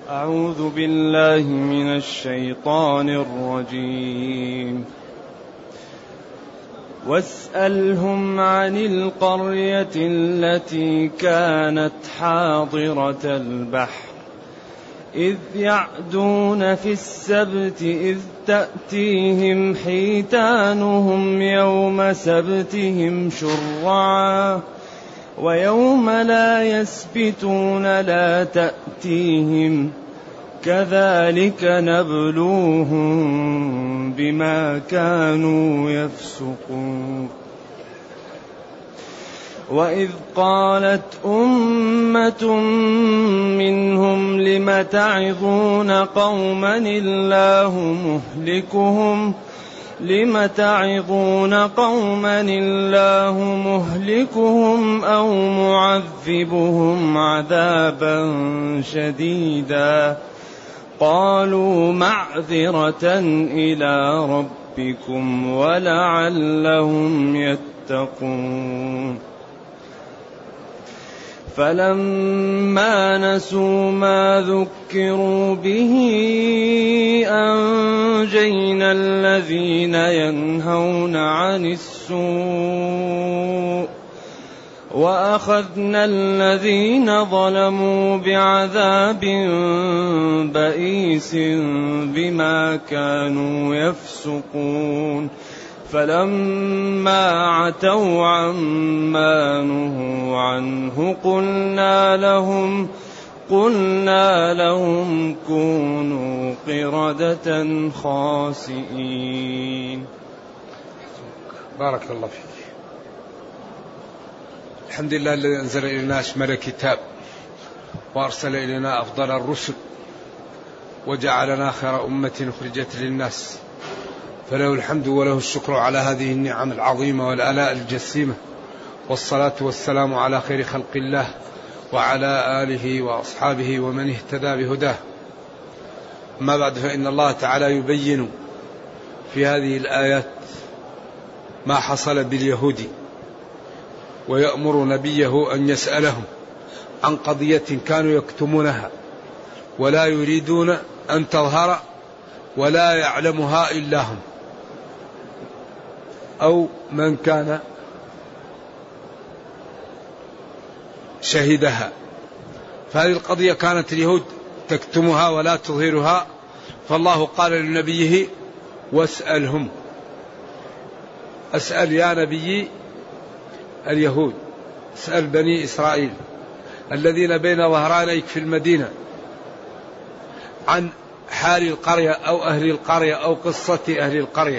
أعوذ بالله من الشيطان الرجيم. واسألهم عن القرية التي كانت حاضرة البحر إذ يعدون في السبت إذ تأتيهم حيتانهم يوم سبتهم شرعا ويوم لا يسبتون لا تأتيهم كذلك نبلوهم بما كانوا يفسقون. وإذ قالت أمة منهم لم تعظون قوما الله مهلكهم أو معذبهم عذابا شديدا قالوا معذرة إلى ربكم ولعلهم يتقون. فلما نسوا ما ذكروا به أنجينا الذين ينهون عن السوء وأخذنا الذين ظلموا بعذاب بئيس بما كانوا يفسقون. فلما عتوا عما نهوا عنه قلنا لهم كونوا قردة خاسئين. بارك الله فيك. الحمد لله الذي أنزل إلينا أشمل كتاب وأرسل إلينا أفضل الرسل وجعلنا خير أمة أخرجت للناس، فله الحمد وله الشكر على هذه النعم العظيمة والآلاء الجسيمة، والصلاة والسلام على خير خلق الله وعلى آله وأصحابه ومن اهتدى بهداه. أما بعد، فإن الله تعالى يبين في هذه الآيات ما حصل باليهود، ويأمر نبيه أن يسألهم عن قضية كانوا يكتمونها ولا يريدون أن تظهر ولا يعلمها إلا هم أو من كان شهدها. فهذه القضية كانت اليهود تكتمها ولا تظهرها، فالله قال لنبيه واسألهم. أسأل يا نبي اليهود، اسأل بني إسرائيل الذين بين ظهرانيك في المدينة عن حال القرية أو أهل القرية أو قصة أهل القرية،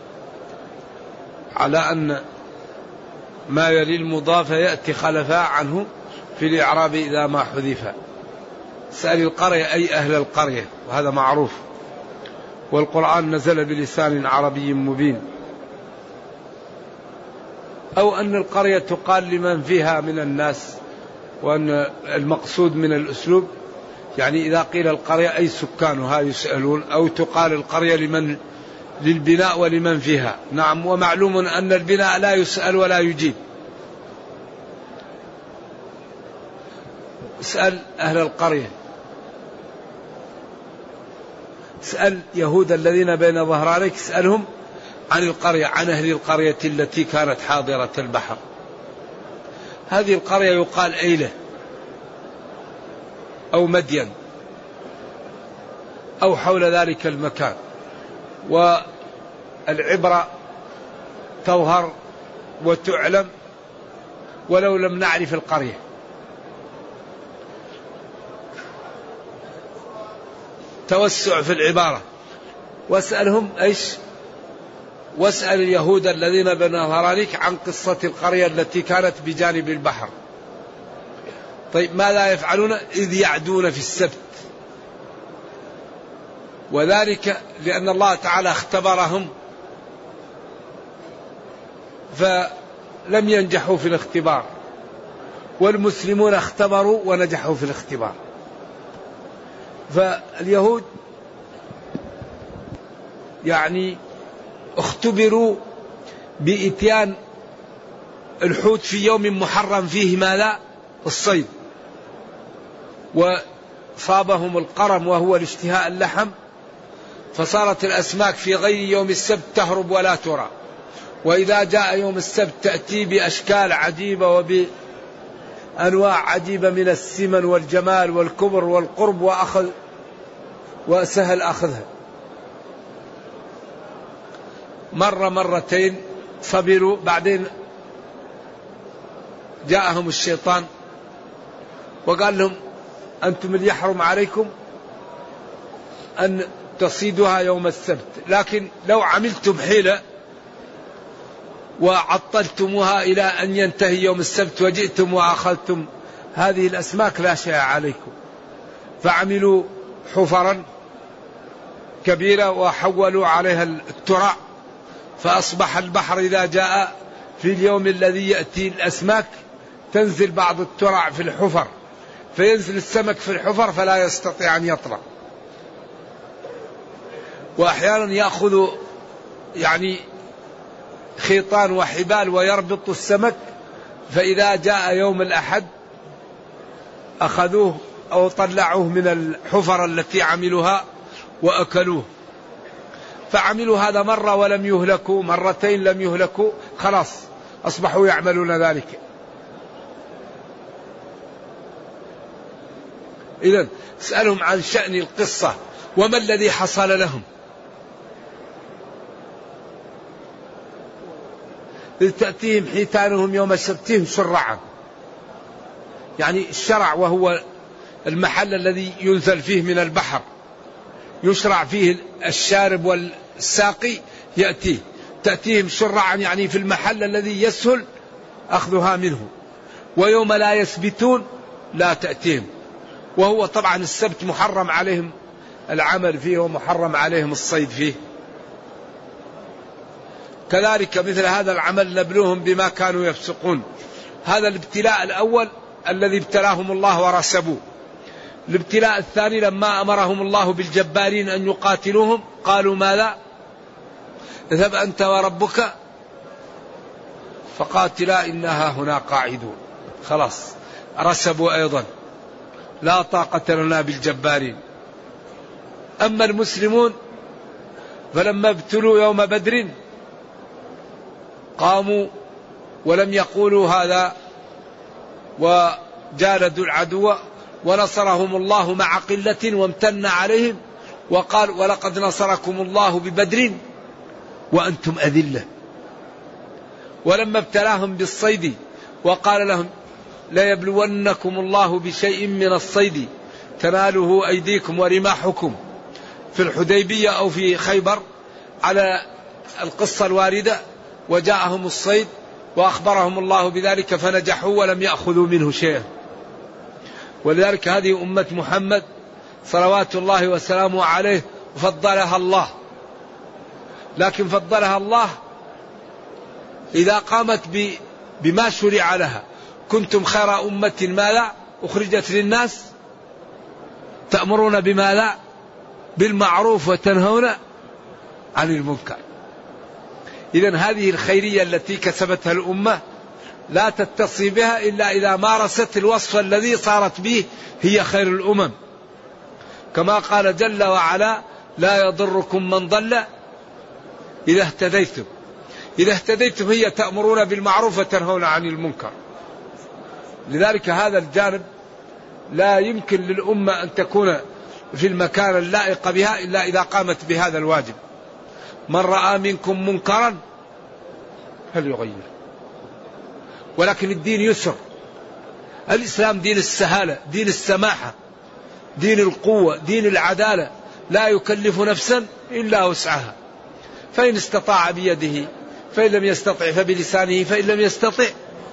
على أن ما يلي المضاف يأتي خلفا عنه في الإعراب إذا ما حذف. سأل القرية أي أهل القرية، وهذا معروف، والقرآن نزل بلسان عربي مبين. أو أن القرية تقال لمن فيها من الناس، وأن المقصود من الأسلوب يعني إذا قيل القرية أي سكانها يسألون، أو تقال القرية للبناء ولمن فيها. نعم، ومعلوم أن البناء لا يسأل ولا يجيب. اسأل أهل القرية، اسأل يهود الذين بين ظهرانيك، اسألهم عن القرية، عن أهل القرية التي كانت حاضرة البحر. هذه القرية يقال أيلة أو مدين أو حول ذلك المكان، والعبرة تظهر وتعلم ولو لم نعرف القرية. توسع في العبارة. واسألهم ايش؟ واسأل اليهود الذين بين ظهرانيك عن قصة القرية التي كانت بجانب البحر. طيب ماذا يفعلون؟ إذ يعدون في السبت، وذلك لأن الله تعالى اختبرهم فلم ينجحوا في الاختبار، والمسلمون اختبروا ونجحوا في الاختبار. فاليهود يعني اختبروا بإتيان الحوت في يوم محرم فيه ماذا؟ الصيد، صابهم القرم وهو الاشتهاء اللحم، فصارت الأسماك في غير يوم السبت تهرب ولا ترى، وإذا جاء يوم السبت تأتي بأشكال عجيبة وبأنواع عجيبة من السمن والجمال والكبر والقرب، وسهل أخذها. مرتين صبروا، بعدين جاءهم الشيطان وقال لهم أنتم اللي يحرم عليكم أن تصيدها يوم السبت، لكن لو عملتم حيلة وعطلتموها إلى أن ينتهي يوم السبت وجئتم وأخذتم هذه الأسماك لا شيء عليكم. فعملوا حفرا كبيرة وحولوا عليها الترع، فأصبح البحر إذا جاء في اليوم الذي يأتي الأسماك تنزل بعض الترع في الحفر، فينزل السمك في الحفر فلا يستطيع أن يطلع. وأحيانا يأخذ خيطان وحبال ويربط السمك، فإذا جاء يوم الأحد أخذوه أو طلعوه من الحفر التي عملوها وأكلوه. فعملوا هذا مرة ولم يهلكوا، مرتين لم يهلكوا، خلاص أصبحوا يعملون ذلك. إذن اسألهم عن شأن القصة وما الذي حصل لهم. إذ تأتيهم حيتانهم يوم سبتهم شرعا، يعني الشرع وهو المحل الذي ينزل فيه من البحر يشرع فيه الشارب والساقي تأتيهم شرعا، يعني في المحل الذي يسهل أخذها منه. ويوم لا يسبتون لا تأتيهم، وهو طبعا السبت محرم عليهم العمل فيه ومحرم عليهم الصيد فيه. كذلك مثل هذا العمل نبلوهم بما كانوا يفسقون. هذا الابتلاء الأول الذي ابتلاهم الله ورسبوه. الابتلاء الثاني لما أمرهم الله بالجبارين أن يقاتلوهم قالوا ماذا؟ اذهب أنت وربك فقاتلا إنها هنا قاعدون. خلاص رسبوا أيضا، لا طاقة لنا بالجبارين. أما المسلمون فلما ابتلوا يوم بدر قاموا ولم يقولوا هذا وجالدوا العدو ونصرهم الله مع قلة وامتن عليهم وقال ولقد نصركم الله ببدر وأنتم أذلة. ولما ابتلاهم بالصيد وقال لهم ليبلونكم الله بشيء من الصيد تناله أيديكم ورماحكم في الحديبية أو في خيبر على القصة الواردة، وجاءهم الصيد وأخبرهم الله بذلك فنجحوا ولم يأخذوا منه شيئا. ولذلك هذه أمة محمد صلوات الله وسلامه عليه فضلها الله، لكن فضلها الله إذا قامت بما شرع لها. كنتم خير أمة ماذا أخرجت للناس تأمرون بماذا بالمعروف وتنهون عن المنكر. إذن هذه الخيرية التي كسبتها الأمة لا تتصي بها إلا إذا مارست الوصف الذي صارت به هي خير الأمم، كما قال جل وعلا لا يضركم من ضل إذا اهتديتم. إذا اهتديتم هي تأمرون بالمعروف وتنهون عن المنكر. لذلك هذا الجانب لا يمكن للأمة أن تكون في المكان اللائق بها إلا إذا قامت بهذا الواجب. من رأى منكم منكرا فليغير. ولكن الدين يسر، الإسلام دين السهالة، دين السماحة، دين القوة، دين العدالة، لا يكلف نفسا إلا وسعها، فإن استطاع بيده، فإن لم يستطع فبلسانه، فإن لم يستطع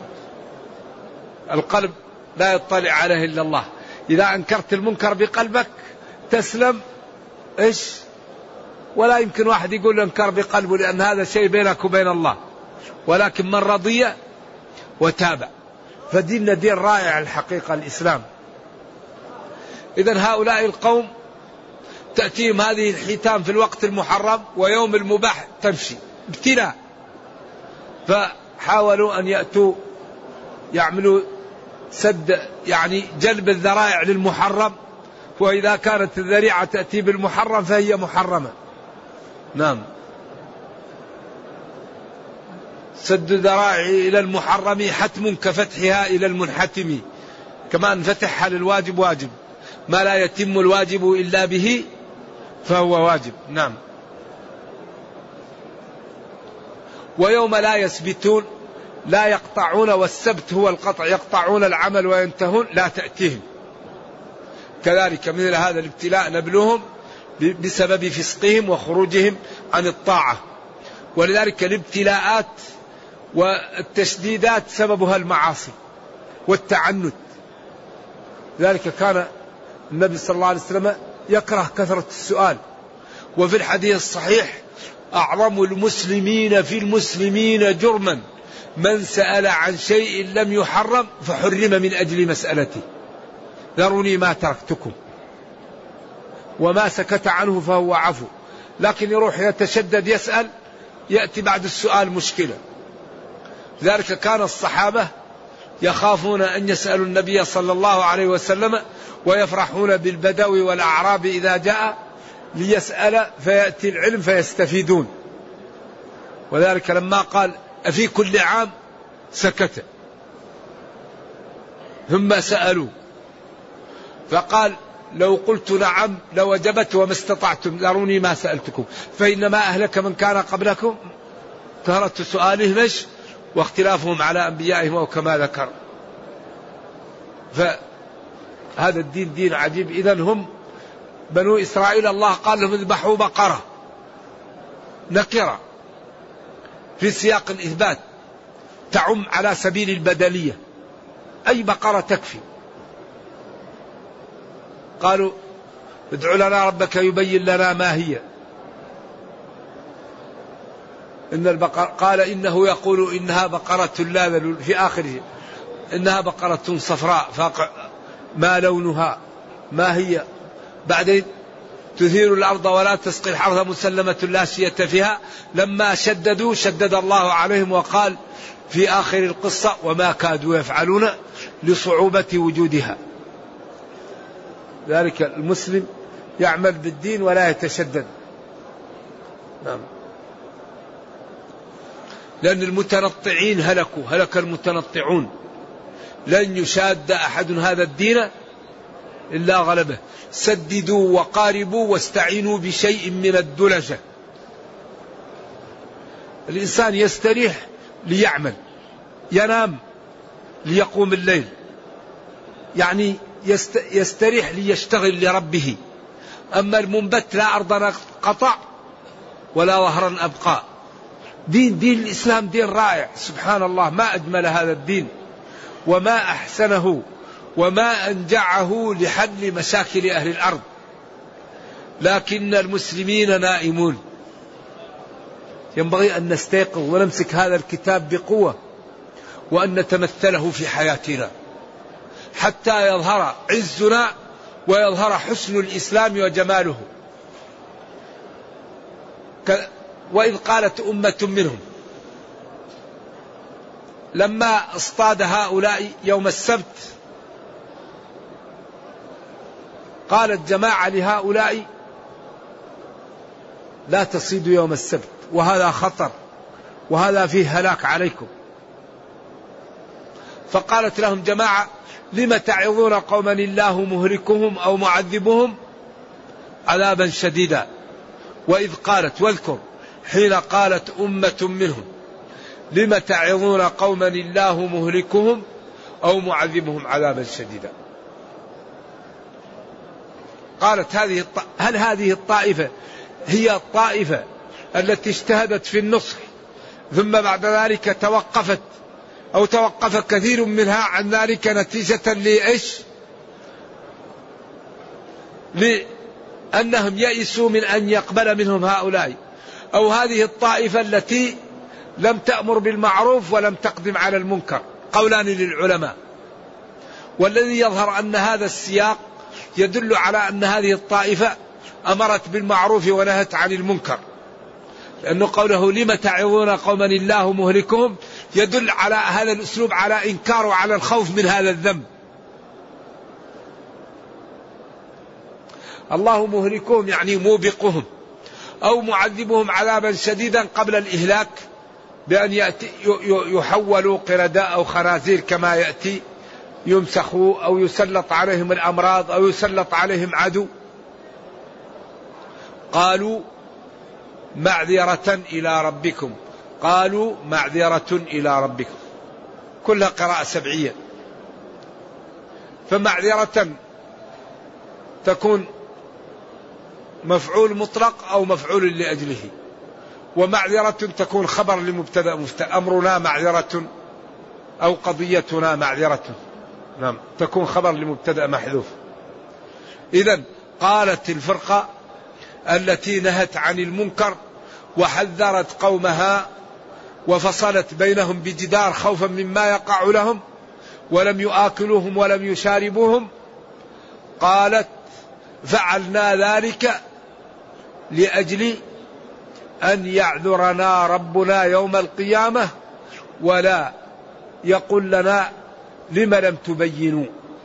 القلب لا يطلع عليه إلا الله. إذا أنكرت المنكر بقلبك تسلم إيش؟ ولا يمكن واحد يقول انكر بقلبه، لأن هذا شيء بينك وبين الله. ولكن من رضي وتابع، فديننا دين رائع الحقيقة الإسلام. إذن هؤلاء القوم تأتيهم هذه الحيتان في الوقت المحرم ويوم المباح تمشي ابتلاء، فحاولوا أن يأتوا يعملوا سد، يعني جلب الذرائع للمحرم، وإذا كانت الذريعة تأتي بالمحرم فهي محرمة. نعم. سد ذرائع إلى المحرم حتم كفتحها إلى المنحتم، كما أن فتحها للواجب واجب، ما لا يتم الواجب إلا به فهو واجب. نعم. ويوم لا يسبتون لا يقطعون، والسبت هو القطع، يقطعون العمل وينتهون لا تأتيهم. كذلك مثل هذا الابتلاء نبلوهم بسبب فسقهم وخروجهم عن الطاعة. ولذلك الابتلاءات والتشديدات سببها المعاصي والتعنت. لذلك كان النبي صلى الله عليه وسلم يكره كثرة السؤال. وفي الحديث الصحيح: أعظم المسلمين في المسلمين جرما من سأل عن شيء لم يحرم فحرم من أجل مسألته، ذروني ما تركتكم، وما سكت عنه فهو عفو. لكن يروح يتشدد يسأل، يأتي بعد السؤال مشكلة. لذلك كان الصحابة يخافون أن يسألوا النبي صلى الله عليه وسلم، ويفرحون بالبدوي والأعراب إذا جاء ليسأل فيأتي العلم فيستفيدون. وذلك لما قال: أفي كل عام؟ سكت، ثم سألوا فقال: لو قلت نعم لوجبت وما استطعتم، ذروني ما سألتكم، فإنما أهلك من كان قبلكم كثرة سؤالهم واختلافهم على أنبيائهم، وكما ذكر. فهذا الدين دين عجيب. إذن هم بنو إسرائيل الله قال لهم: اذبحوا بقرة، نكرة في سياق الإثبات تعم على سبيل البدلية، أي بقرة تكفي. قالوا: ادع لنا ربك يبين لنا ما هي. إن البقرة قال: إنه يقول إنها بقرة لا ذلول، في آخره إنها بقرة صفراء فاقع ما لونها ما هي. بعدين: تثير الأرض ولا تسقي الحرث مسلمة لا شية فيها. لما شددوا شدد الله عليهم وقال في آخر القصة: وما كادوا يفعلون لصعوبة وجودها. ذلك المسلم يعمل بالدين ولا يتشدد. نعم. لأن المتنطعين هلكوا، هلك المتنطعون. لن يشاد أحد هذا الدين إلا غلبه. سددوا وقاربوا واستعينوا بشيء من الدلجة. الإنسان يستريح ليعمل، ينام ليقوم الليل، يعني يستريح ليشتغل لربه. أما المنبت لا أرض قطع ولا ظهرا أبقى. دين الإسلام دين رائع، سبحان الله، ما أجمل هذا الدين وما أحسنه وما أنجعه لحل مشاكل أهل الأرض. لكن المسلمين نائمون. ينبغي أن نستيقظ ونمسك هذا الكتاب بقوة، وأن نتمثله في حياتنا حتى يظهر عزنا ويظهر حسن الإسلام وجماله. وإذ قالت أمة منهم، لما اصطاد هؤلاء يوم السبت قالت جماعة لهؤلاء: لا تصيدوا يوم السبت، وهذا خطر، وهذا فيه هلاك عليكم. فقالت لهم جماعة: لم تعظون قوما الله مهلكهم أو معذبهم عذابا شديدا. وإذ قالت، واذكر حين قالت أمة منهم: لم تعظون قوما الله مهلكهم أو معذبهم عذابا شديدا. قالت: هل هذه الطائفة هي الطائفة التي اجتهدت في النصح ثم بعد ذلك توقفت أو توقف كثير منها عن ذلك نتيجة لإيش؟ لأنهم يئسوا من أن يقبل منهم هؤلاء، أو هذه الطائفة التي لم تأمر بالمعروف ولم تقدم على المنكر؟ قولان للعلماء. والذي يظهر أن هذا السياق يدل على أن هذه الطائفة أمرت بالمعروف ونهت عن المنكر، لأنه قوله: لم تعظون قوما الله مهلكهم يدل على هذا الأسلوب على إنكار وعلى الخوف من هذا الذنب. الله مهلكهم يعني موبقهم، أو معذبهم عذابا شديدا قبل الإهلاك بأن يحولوا قرداء أو خنازير كما يأتي، يمسخوا أو يسلط عليهم الأمراض أو يسلط عليهم عدو. قالوا معذرة إلى ربكم، قالوا معذرة إلى ربكم، كلها قراءة سبعية. فمعذرة تكون مفعول مطلق أو مفعول لأجله، ومعذرة تكون خبر لمبتدأ أمرنا معذرة أو قضيتنا معذرة، نعم تكون خبر لمبتدأ محذوف. إذن قالت الفرقة التي نهت عن المنكر وحذرت قومها وفصلت بينهم بجدار خوفا مما يقع لهم ولم يآكلوهم ولم يشاربوهم، قالت فعلنا ذلك لأجل أن يعذرنا ربنا يوم القيامة ولا يقول لنا لم لم تبينوا.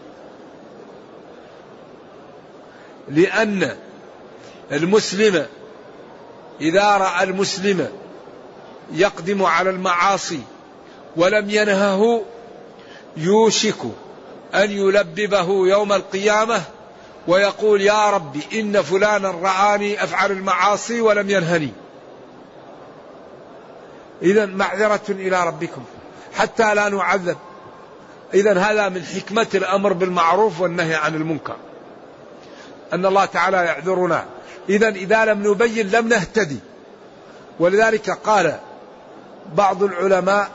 لأن المسلم إذا رأى المسلم يقدم على المعاصي ولم ينهه يوشك أن يلببه يوم القيامة ويقول يا ربي إن فلانا رآني أفعل المعاصي ولم ينهني. إذن معذرة إلى ربكم حتى لا نعذب. إذن هذا من حكمة الأمر بالمعروف والنهي عن المنكر، أن الله تعالى يعذرنا. إذن إذا لم نبين لم نهتدي. ولذلك قال بعض العلماء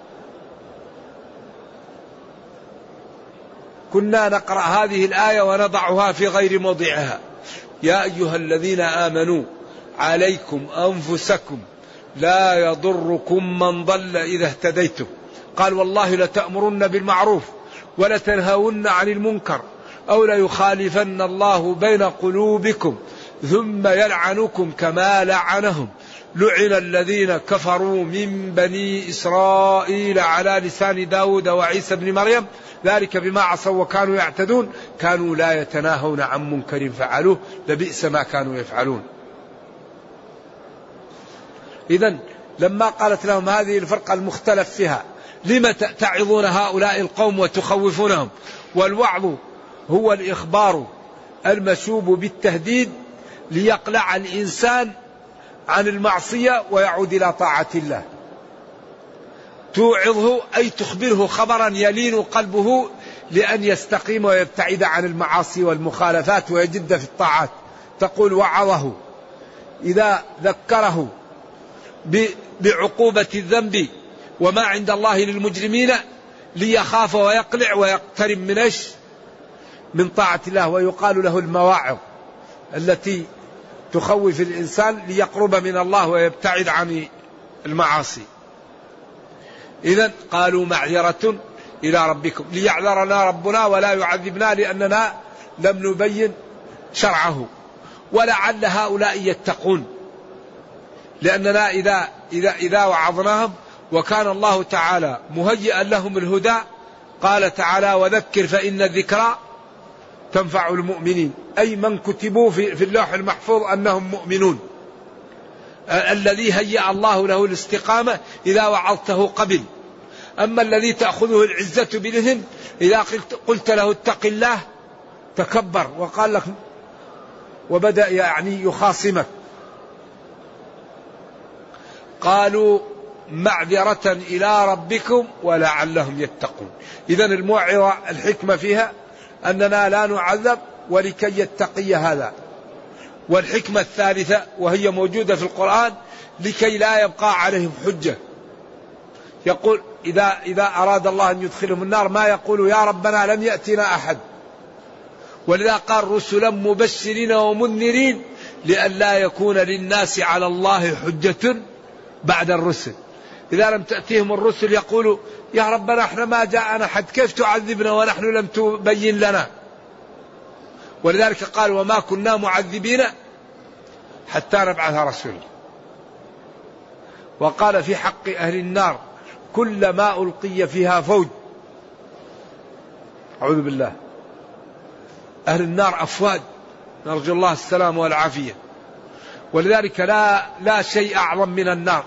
كنا نقرأ هذه الآية ونضعها في غير موضعها: يا أيها الذين آمنوا عليكم أنفسكم لا يضركم من ضل إذا اهتديتم. قال والله لتأمرن بالمعروف ولتنهون عن المنكر أو ليخالفن الله بين قلوبكم ثم يلعنكم كما لعنهم لعن الذين كفروا من بني إسرائيل على لسان داود وعيسى بن مريم ذلك بما عصوا وكانوا يعتدون كانوا لا يتناهون عن منكر فعلوه لبئس ما كانوا يفعلون. إذن لما قالت لهم هذه الفرقة المختلف فيها لم تعظون هؤلاء القوم وتخوفونهم؟ والوعظ هو الإخبار المشوب بالتهديد ليقلع الإنسان عن المعصية ويعود إلى طاعة الله. توعظه أي تخبره خبرا يلين قلبه لأن يستقيم ويبتعد عن المعاصي والمخالفات ويجد في الطاعات. تقول وعظه إذا ذكره بعقوبة الذنب وما عند الله للمجرمين ليخاف ويقلع ويقترب من طاعة الله. ويقال له المواعظ التي تخوف الإنسان ليقرب من الله ويبتعد عن المعاصي. إذن قالوا معذرة إلى ربكم ليعذرنا ربنا ولا يعذبنا لأننا لم نبين شرعه ولعل هؤلاء يتقون، لأننا إذا وعظناهم وكان الله تعالى مهيئا لهم الهدى. قال تعالى وذكر فإن الذكرى تنفع المؤمنين، أي من كتبوا في اللوح المحفوظ أنهم مؤمنون. الذي هيأ الله له الاستقامة إذا وعظته قبل. أما الذي تأخذه العزة بالإذن إذا قلت له اتق الله تكبر وقال لك وبدأ يعني يخاصمك. قالوا معذرة إلى ربكم ولعلهم يتقون. إذن الموعظة الحكمة فيها أننا لا نعذب ولكي يتقي هذا. والحكمة الثالثة وهي موجودة في القرآن لكي لا يبقى عليهم حجة. يقول إذا أراد الله أن يدخلهم النار ما يقول يا ربنا لم يأتنا أحد. ولذا قال رسلا مبشرين ومنذرين لئلا يكون للناس على الله حجة بعد الرسل. إذا لم تأتيهم الرسل يقولوا يا ربنا احنا ما جاءنا حد كيف تعذبنا ونحن لم تبين لنا. ولذلك قال وما كنا معذبين حتى نبعث رسولا. وقال في حق أهل النار كلما ألقي فيها فوج، أعوذ بالله، أهل النار أفواج نرجو الله السلام والعافية. ولذلك لا شيء أعظم من النار،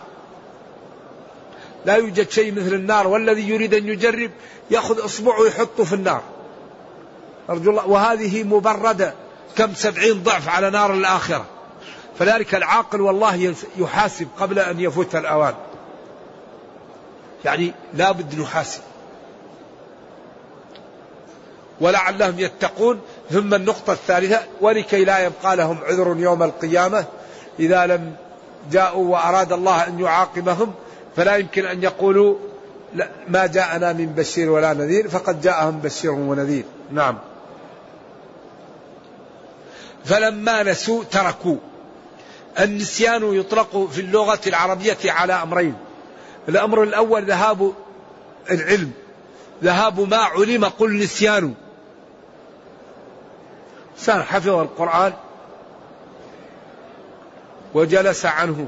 لا يوجد شيء مثل النار، والذي يريد أن يجرب يأخذ أصبعه ويحطه في النار. نرجو الله. وهذه مبردة كم 70 ضعف على نار الآخرة. فذلك العاقل والله يحاسب قبل أن يفوت الأوان، يعني لا بد نحاسب ولعلهم يتقون. ثم النقطة الثالثة: ولكي لا يبقى لهم عذر يوم القيامة إذا لم جاءوا وأراد الله أن يعاقبهم، فلا يمكن أن يقولوا ما جاءنا من بشير ولا نذير، فقد جاءهم بشير ونذير. نعم. فلما نسوا تركوا. النسيان يطلق في اللغة العربية على أمرين: الأمر الأول ذهاب العلم، ذهاب ما علم قل نسيان. إنسان حفظ القرآن وجلس عنه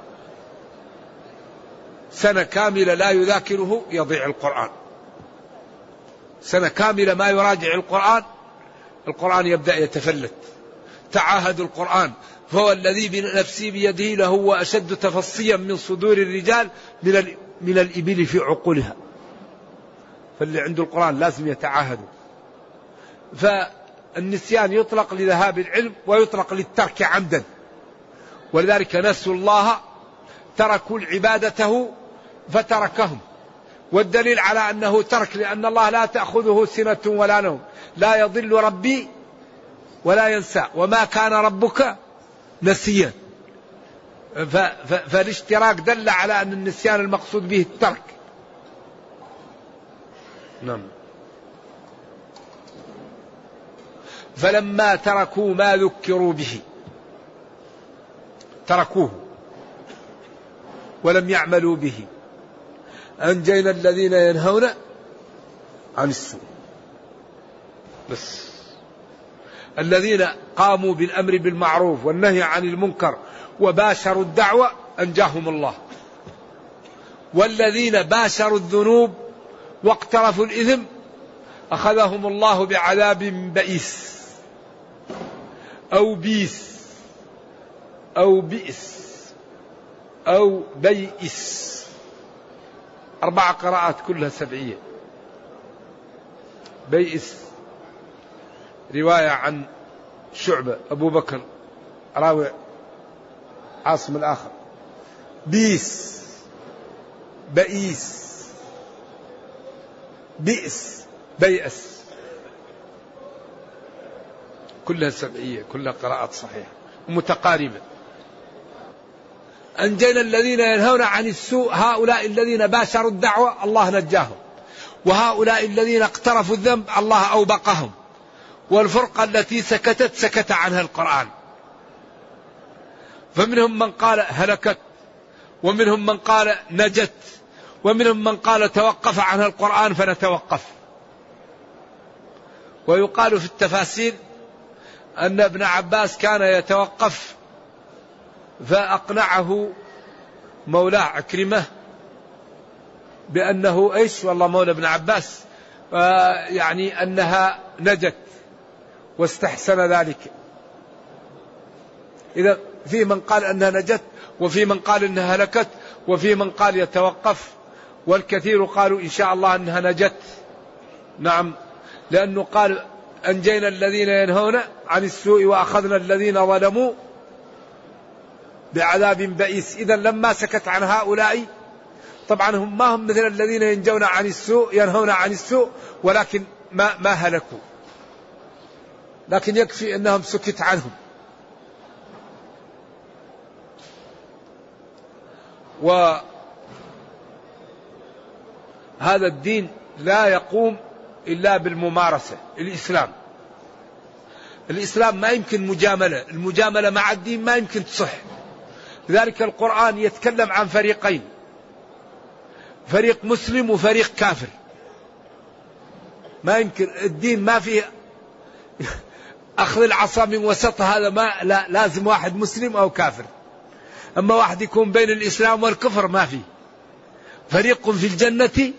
سنة كاملة لا يذاكره يضيع القرآن. سنة كاملة ما يراجع القرآن يبدأ يتفلت. تعاهدوا القرآن، فهو الذي بنفسي بيده لهو أشد تفصيا من صدور الرجال من الإبل في عقولها. فاللي عنده القرآن لازم يتعاهدوا. فالنسيان يطلق لذهاب العلم ويطلق للترك عمدا. ولذلك نسوا الله، تركوا عبادته فتركهم. والدليل على أنه ترك لأن الله لا تأخذه سنة ولا نوم، لا يضل ربي ولا ينسى، وما كان ربك نسيا. فالاشتراك دل على أن النسيان المقصود به الترك. نعم. فلما تركوا ما ذكروا به، تركوه ولم يعملوا به، أنجينا الذين ينهون عن السوء. بس الذين قاموا بالأمر بالمعروف والنهي عن المنكر وباشروا الدعوة أنجاهم الله. والذين باشروا الذنوب واقترفوا الإثم أخذهم الله بعذاب بئيس أو بيس أو بئس أو بيئس. 4 قراءات كلها 7. بيئس رواية عن شعبة أبو بكر راوي عاصم الآخر. بيس بئيس بئس بيئس، كلها 7، كلها قراءات صحيحة متقاربة. أنجينا الذين ينهون عن السوء، هؤلاء الذين باشروا الدعوة الله نجاهم، وهؤلاء الذين اقترفوا الذنب الله أوبقهم. والفرقة التي سكت عنها القرآن، فمنهم من قال هلكت، ومنهم من قال نجت، ومنهم من قال توقف عنها القرآن فنتوقف. ويقال في التفاسير أن ابن عباس كان يتوقف، فأقنعه مولاه عكرمة بأنه إيش، والله مولى ابن عباس يعني أنها نجت واستحسن ذلك. إذا في من قال أنها نجت، وفي من قال أنها هلكت، وفي من قال يتوقف، والكثير قالوا إن شاء الله أنها نجت. نعم، لأنه قال أنجينا الذين ينهون عن السوء وأخذنا الذين ظلموا بعذاب بئيس. إذا لما سكت عن هؤلاء، طبعا هم ما هم مثل الذين ينجون عن السوء ينهون عن السوء ولكن ما هلكوا، لكن يكفي أنهم سكت عنهم. وهذا الدين لا يقوم إلا بالممارسة. الإسلام ما يمكن مجاملة، المجاملة مع الدين ما يمكن تصح. لذلك القرآن يتكلم عن فريقين، فريق مسلم وفريق كافر. ما يمكن، الدين ما فيه أخذ العصا من وسط، هذا ما لا، لازم واحد مسلم أو كافر. أما واحد يكون بين الإسلام والكفر ما فيه. فريق في الجنة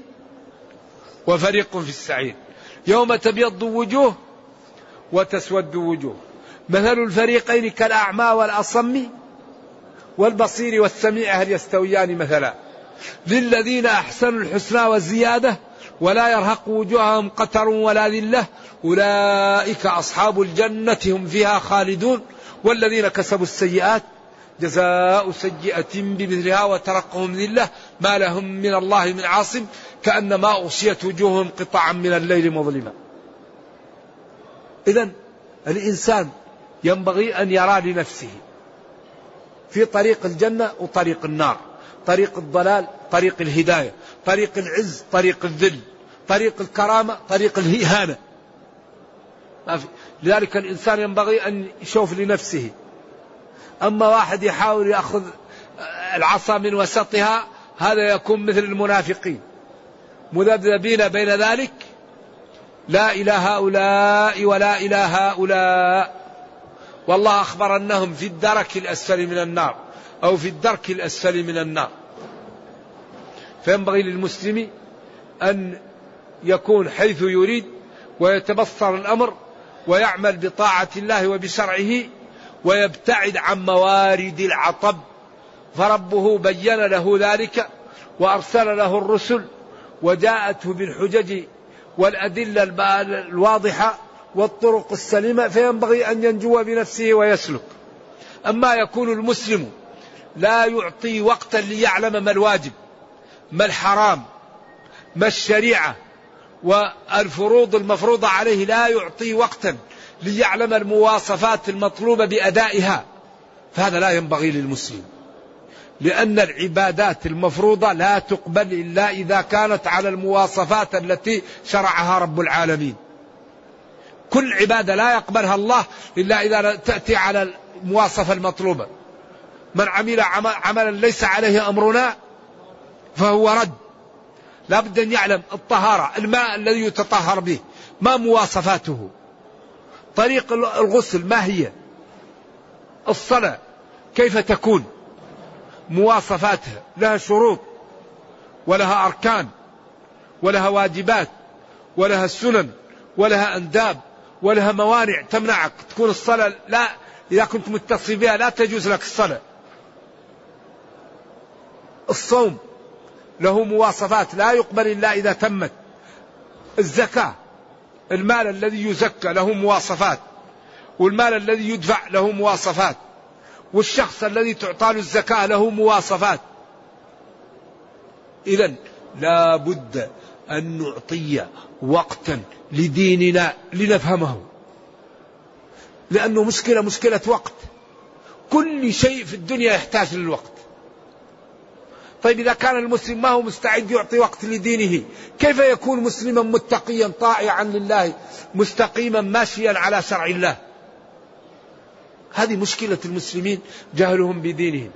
وفريق في السعير، يوم تبيض وجوه وتسود وجوه. مثل الفريقين كالأعمى والأصم والبصير والسميع هل يستويان مثلا للذين أحسنوا الحسنى والزيادة ولا يرهق وجوههم قتر ولا ذلة أولئك أصحاب الجنة هم فيها خالدون والذين كسبوا السيئات جزاء سيئة بمثلها وترقهم ذلة ما لهم من الله من عاصم كأنما أغشيت وجوههم قطعا من الليل مظلما. إذن الإنسان ينبغي أن يرى لنفسه في طريق الجنة وطريق النار، طريق الضلال، طريق الهداية، طريق العز، طريق الذل، طريق الكرامة، طريق الإهانة. لذلك الإنسان ينبغي أن يشوف لنفسه. أما واحد يحاول يأخذ العصا من وسطها هذا يكون مثل المنافقين مذبذبين بين ذلك لا إله هؤلاء ولا إله هؤلاء، والله أخبر أنهم في الدرك الأسفل من النار أو في الدرك الأسفل من النار. فينبغي للمسلم أن يكون حيث يريد ويتبصر الأمر ويعمل بطاعة الله وبشرعه ويبتعد عن موارد العطب، فربه بين له ذلك وأرسل له الرسل وجاءته بالحجج والأدلة الواضحة والطرق السليمة، فينبغي أن ينجو بنفسه ويسلك. أما يكون المسلم لا يعطي وقتا ليعلم ما الواجب ما الحرام ما الشريعة والفروض المفروضة عليه، لا يعطي وقتا ليعلم المواصفات المطلوبة بأدائها، فهذا لا ينبغي للمسلم، لأن العبادات المفروضة لا تقبل إلا إذا كانت على المواصفات التي شرعها رب العالمين. كل عبادة لا يقبلها الله إلا إذا تأتي على المواصفة المطلوبة. من عمل عملا ليس عليه أمرنا فهو رد. لا بد أن يعلم الطهارة، الماء الذي يتطهر به ما مواصفاته، طريق الغسل ما هي، الصلاة كيف تكون، مواصفاتها لها شروط ولها أركان ولها واجبات ولها سنن ولها أنداب ولها موانع تمنعك تكون الصلاة، لا إذا كنت متصل بها لا تجوز لك الصلاة. الصوم له مواصفات لا يقبل إلا إذا تمت. الزكاة المال الذي يزكى له مواصفات، والمال الذي يدفع له مواصفات، والشخص الذي تعطى له الزكاة له مواصفات. إذن لا بد أن نعطي وقتا لديننا لنفهمه، لأنه مشكلة وقت. كل شيء في الدنيا يحتاج للوقت. طيب إذا كان المسلم ما هو مستعد يعطي وقت لدينه، كيف يكون مسلما متقيا طائعا لله مستقيما ماشيا على شرع الله؟ هذه مشكلة المسلمين، جهلهم بدينهم.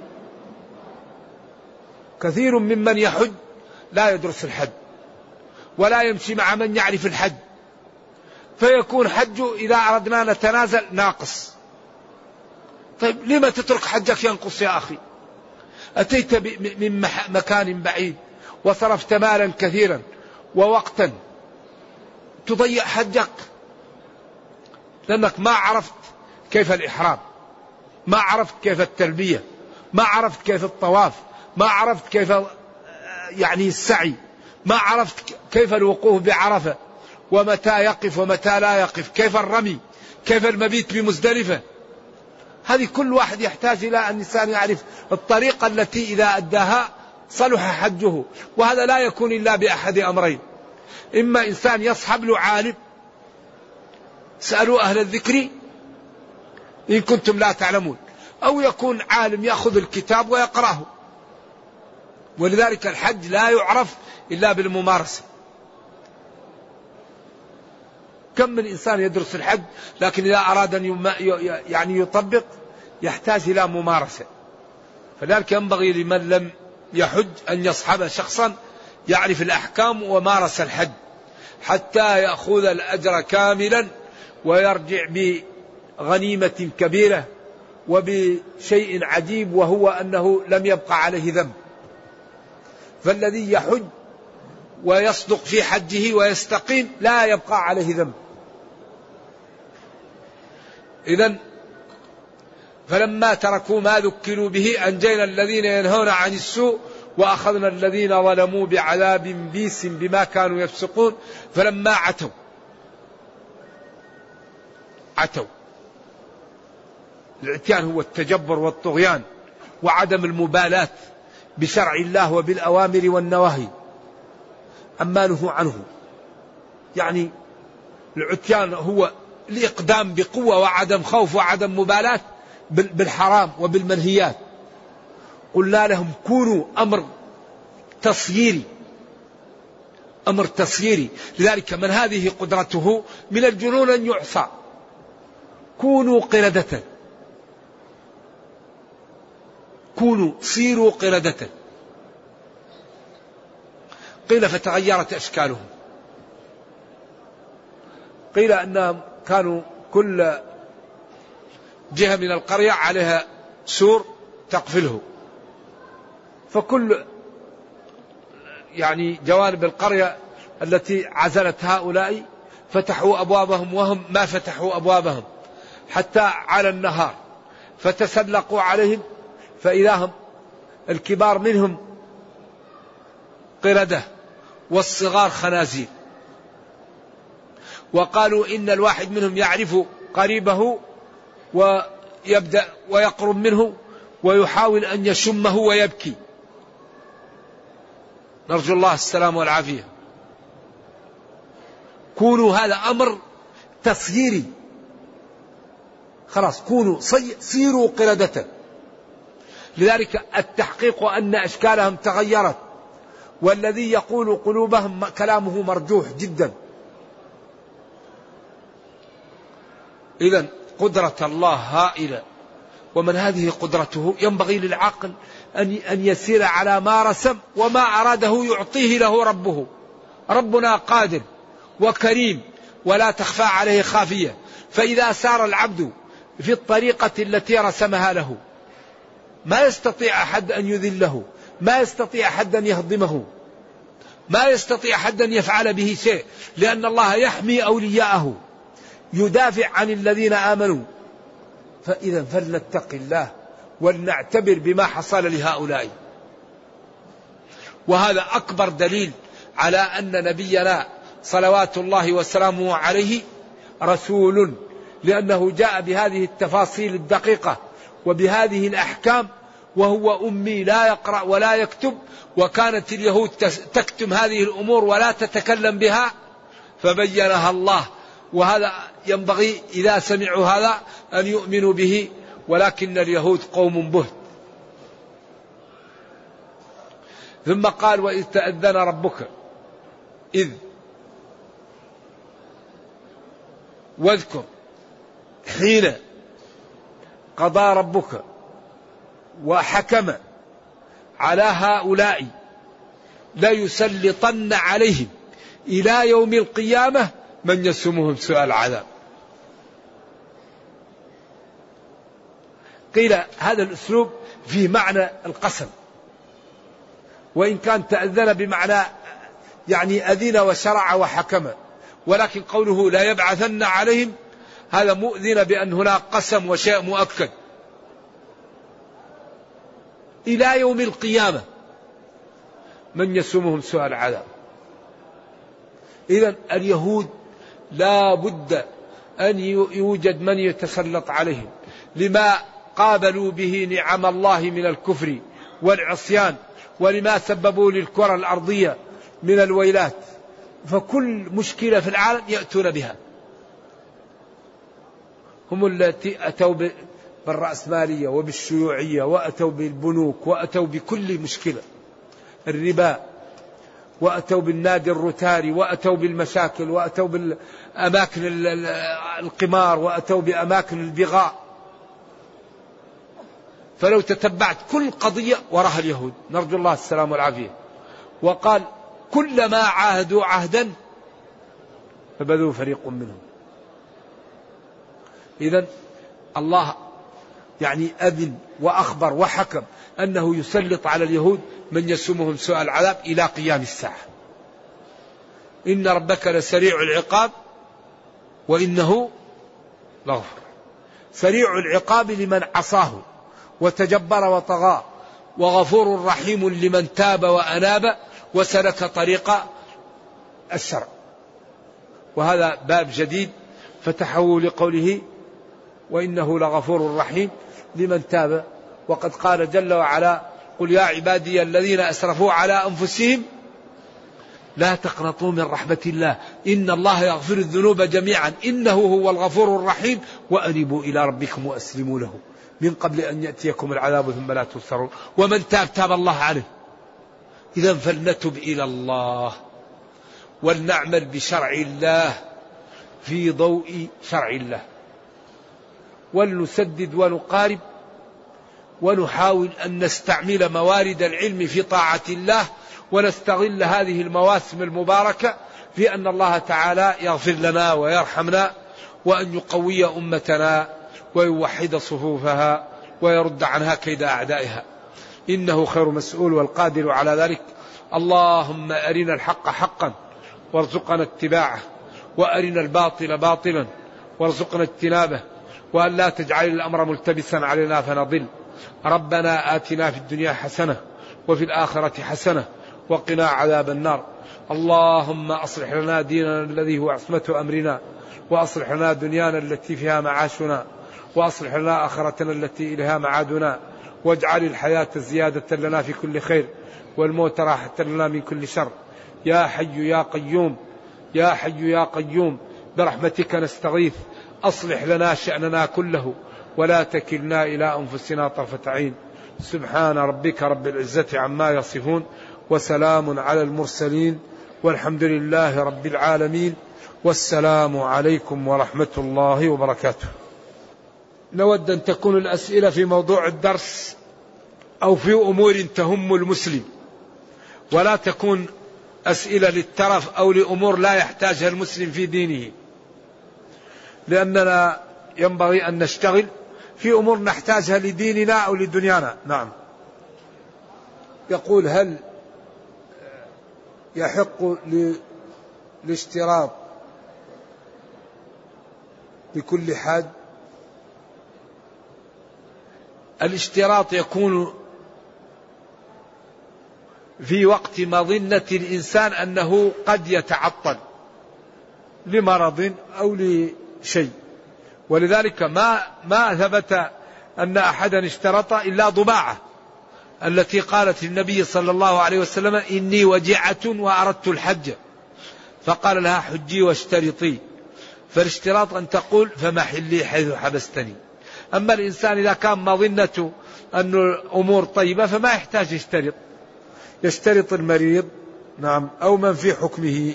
كثير ممن يحج لا يدرس الحج ولا يمشي مع من يعرف الحج، فيكون حجه إذا أردنا نتنازل ناقص. طيب لما تترك حجك ينقص يا أخي؟ أتيت من مكان بعيد وصرفت مالا كثيرا ووقتا، تضيع حجك لأنك ما عرفت كيف الإحرام، ما عرفت كيف التلبية، ما عرفت كيف الطواف، ما عرفت كيف السعي، ما عرفت كيف الوقوف بعرفة ومتى يقف ومتى لا يقف، كيف الرمي، كيف المبيت بمزدلفة. هذه كل واحد يحتاج إلى أن الإنسان يعرف الطريقة التي إذا أداها صلح حجه. وهذا لا يكون إلا بأحد أمرين: إما إنسان يصحب له عالم، سألوا أهل الذكر إن كنتم لا تعلمون، أو يكون عالم يأخذ الكتاب ويقرأه. ولذلك الحج لا يعرف إلا بالممارسة. كم من إنسان يدرس الحج لكن إذا أراد أن يطبق يحتاج إلى ممارسة. فذلك ينبغي لمن لم يحج أن يصحب شخصا يعرف الأحكام ومارس الحج حتى يأخذ الأجر كاملا ويرجع بغنيمة كبيرة وبشيء عجيب، وهو أنه لم يبقى عليه ذنب. فالذي يحج ويصدق في حجه ويستقيم لا يبقى عليه ذنب. إذن فلما تركوا ما ذكروا به أنجينا الذين ينهون عن السوء وأخذنا الذين ظلموا بعذاب بيس بما كانوا يفسقون. فلما عتوا العتيان هو التجبر والطغيان وعدم المبالاة بشرع الله وبالأوامر والنواهي عما نهوا عنه. يعني العتيان هو الإقدام بقوة وعدم خوف وعدم مبالاة بالحرام وبالمنهيات. قلنا لهم كونوا أمر تصييري. لذلك من هذه قدرته من الجنون أن يعصى. كونوا قردة، صيروا قردة. قيل فتغيرت أشكالهم، قيل أنهم كانوا كل جهة من القرية عليها سور تقفله، فكل يعني جوانب القرية التي عزلت هؤلاء فتحوا أبوابهم وهم ما فتحوا أبوابهم حتى على النهار، فتسلقوا عليهم فإذا هم الكبار منهم قردة والصغار خنازير. وقالوا إن الواحد منهم يعرف قريبه ويبدأ ويقرب منه ويحاول أن يشمه ويبكي. نرجو الله السلام والعافية. كونوا هذا أمر تصييري، خلاص كونوا صيروا قردة. لذلك التحقيق أن أشكالهم تغيرت، والذي يقول قلوبهم كلامه مرجوح جدا. إذن قدرة الله هائلة، ومن هذه قدرته ينبغي للعقل أن يسير على ما رسم، وما أراده يعطيه له ربه. ربنا قادر وكريم ولا تخفى عليه خافية، فإذا سار العبد في الطريقة التي رسمها له ما يستطيع أحد أن يذله، ما يستطيع أحد أن يهضمه، ما يستطيع أحد أن يفعل به شيء، لأن الله يحمي أولياءه، يدافع عن الذين آمنوا. فإذا فلنتق الله ولنعتبر بما حصل لهؤلاء. وهذا أكبر دليل على أن نبينا صلوات الله وسلامه عليه رسول، لأنه جاء بهذه التفاصيل الدقيقة وبهذه الأحكام، وهو أمي لا يقرأ ولا يكتب، وكانت اليهود تكتم هذه الأمور ولا تتكلم بها، فبينها الله. وهذا ينبغي إذا سمعوا هذا أن يؤمنوا به، ولكن اليهود قوم بهت. ثم قال وإذ تأذن ربك، إذ واذكر حين قضى ربك وحكم على هؤلاء ليسلطن عليهم إلى يوم القيامة من يسومهم سوء العذاب. قيل هذا الأسلوب فيه معنى القسم، وإن كان تأذن بمعنى يعني أذن وشرع وحكم، ولكن قوله لا يبعثن عليهم هذا مؤذن بأن هناك قسم وشيء مؤكد. إلى يوم القيامة من يسومهم سوء العذاب. إذن اليهود لا بد أن يوجد من يتسلط عليهم لما قابلوا به نعم الله من الكفر والعصيان، ولما سببوا للكرة الأرضية من الويلات. فكل مشكلة في العالم يأتون بها. هم التي أتوا بالرأسمالية وبالشيوعية، وأتوا بالبنوك، وأتوا بكل مشكلة، الربا، وأتوا بالنادي الروتاري، وأتوا بالمشاكل، وأتوا بالأماكن القمار، وأتوا بأماكن البغاء. فلو تتبعت كل قضية وراها اليهود، نرجو الله السلام والعافية. وقال كلما عاهدوا عهدا فبذوا فريق منهم. إذن الله يعني أذن وأخبر وحكم أنه يسلط على اليهود من يسومهم سوء العذاب إلى قيام الساعة. إن ربك لسريع العقاب وإنه لغفور. سريع العقاب لمن عصاه وتجبر وطغى، وغفور رحيم لمن تاب وأناب وسلك طريق الشرع. وهذا باب جديد فتحه لقوله وإنه لغفور رحيم لمن تاب. وقد قال جل وعلا قل يا عبادي الذين أسرفوا على أنفسهم لا تقنطوا من رحمة الله إن الله يغفر الذنوب جميعا إنه هو الغفور الرحيم وأنيبوا إلى ربكم وأسلموا له من قبل أن يأتيكم العذاب ثم لا تنصرون. ومن تاب تاب الله عليه. إذا فلنتب إلى الله ولنعمل بشرع الله في ضوء شرع الله، ولنسدد ونقارب ونحاول أن نستعمل موارد العلم في طاعة الله، ونستغل هذه المواسم المباركة في أن الله تعالى يغفر لنا ويرحمنا، وأن يقوي أمتنا ويوحد صفوفها ويرد عنها كيد أعدائها، إنه خير مسؤول والقادر على ذلك. اللهم أرنا الحق حقا وارزقنا اتباعه، وأرنا الباطل باطلا وارزقنا اجتنابه، وأن لا تجعل الأمر ملتبسا علينا فنضل. ربنا آتنا في الدنيا حسنة وفي الآخرة حسنة وقنا عذاب النار. اللهم أصلح لنا ديننا الذي هو عصمة أمرنا، وأصلح لنا دنيانا التي فيها معاشنا، وأصلح لنا آخرتنا التي إليها معادنا، واجعل الحياة زيادة لنا في كل خير والموت راحة لنا من كل شر. يا حي يا قيوم يا حي يا قيوم برحمتك نستغيث، أصلح لنا شأننا كله ولا تكلنا إلى أنفسنا طرفة عين. سبحان ربك رب العزة عما يصفون وسلام على المرسلين والحمد لله رب العالمين، والسلام عليكم ورحمة الله وبركاته. نود أن تكون الأسئلة في موضوع الدرس أو في أمور تهم المسلم، ولا تكون أسئلة للترف أو لأمور لا يحتاجها المسلم في دينه، لأننا ينبغي أن نشتغل في أمور نحتاجها لديننا أو لدنيانا. نعم. يقول هل يحق الاشتراط بكل حاج؟ الاشتراط يكون في وقت مظنة الإنسان أنه قد يتعطل لمرض أو لشيء، ولذلك ما ثبت أن أحدا اشترط إلا ضباعة التي قالت للنبي صلى الله عليه وسلم إني وجعة وأردت الحج، فقال لها حجي واشترطي. فالاشتراط أن تقول فمحلي حيث حبستني. أما الإنسان إذا كان مظنة أن الأمور طيبة فما يحتاج يشترط المريض. نعم. أو من في حكمه.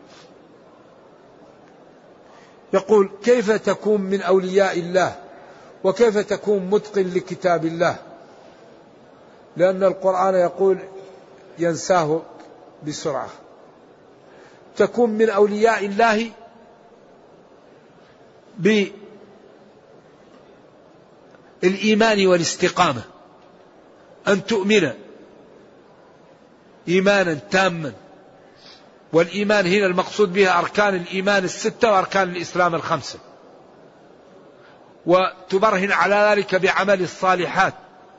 يقول كيف تكون من أولياء الله وكيف تكون متقن لكتاب الله؟ لأن القرآن يقول ينساه بسرعة. تكون من أولياء الله بالإيمان والاستقامة، أن تؤمن إيمانا تاما، والإيمان هنا المقصود بها أركان الإيمان 6 وأركان الإسلام 5، وتبرهن على ذلك بعمل الصالحات،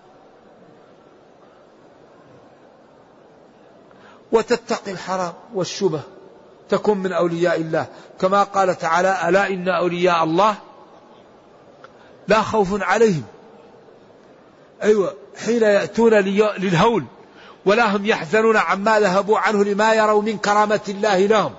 وتتقي الحرام والشبه، تكون من أولياء الله. كما قال تعالى ألا إن أولياء الله لا خوف عليهم، أيوة، حين يأتون للهول ولا هم يحزنون عما ذهبوا عنه لما يروا من كرامة الله لهم.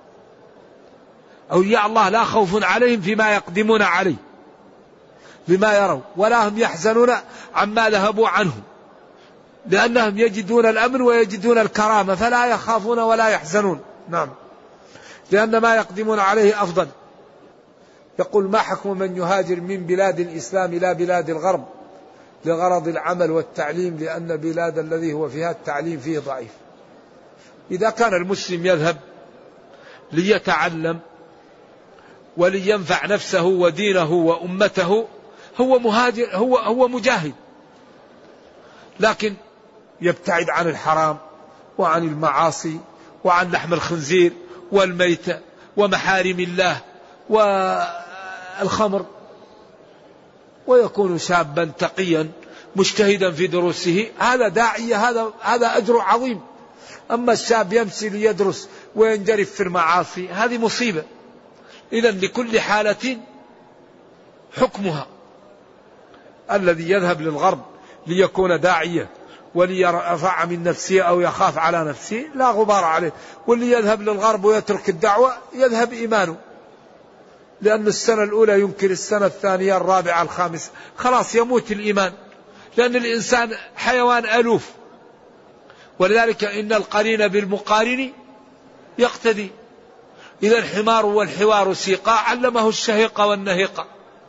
أولياء الله لا خوف عليهم فيما يقدمون عليه لما يروا، ولا هم يحزنون عما ذهبوا عنه، لأنهم يجدون الأمن ويجدون الكرامة فلا يخافون ولا يحزنون. نعم، لأن ما يقدمون عليه أفضل. يقول ما حكم من يهاجر من بلاد الإسلام إلى بلاد الغرب لغرض العمل والتعليم، لأن بلاد الذي هو فيها التعليم فيه ضعيف؟ إذا كان المسلم يذهب ليتعلم ولينفع نفسه ودينه وأمته هو مهاجر، هو مجاهد، لكن يبتعد عن الحرام وعن المعاصي وعن لحم الخنزير والميتة ومحارم الله والخمر، ويكون شابا تقيا مجتهدا في دروسه، هذا داعية، هذا أجر عظيم. أما الشاب يمشي ليدرس وينجرف في المعاصي هذه مصيبة. إذا لكل حالة حكمها. الذي يذهب للغرب ليكون داعية وليرفع من نفسه أو يخاف على نفسه لا غبار عليه، واللي يذهب للغرب ويترك الدعوة يذهب إيمانه، لأن السنة الأولى ينكر، السنة الثانية الرابعة الخامسة خلاص يموت الإيمان، لأن الإنسان حيوان ألوف. ولذلك إن القرين بالمقارن يقتدي. إذا الحمار والحوار سيقا علمه الشهيق والنهيق.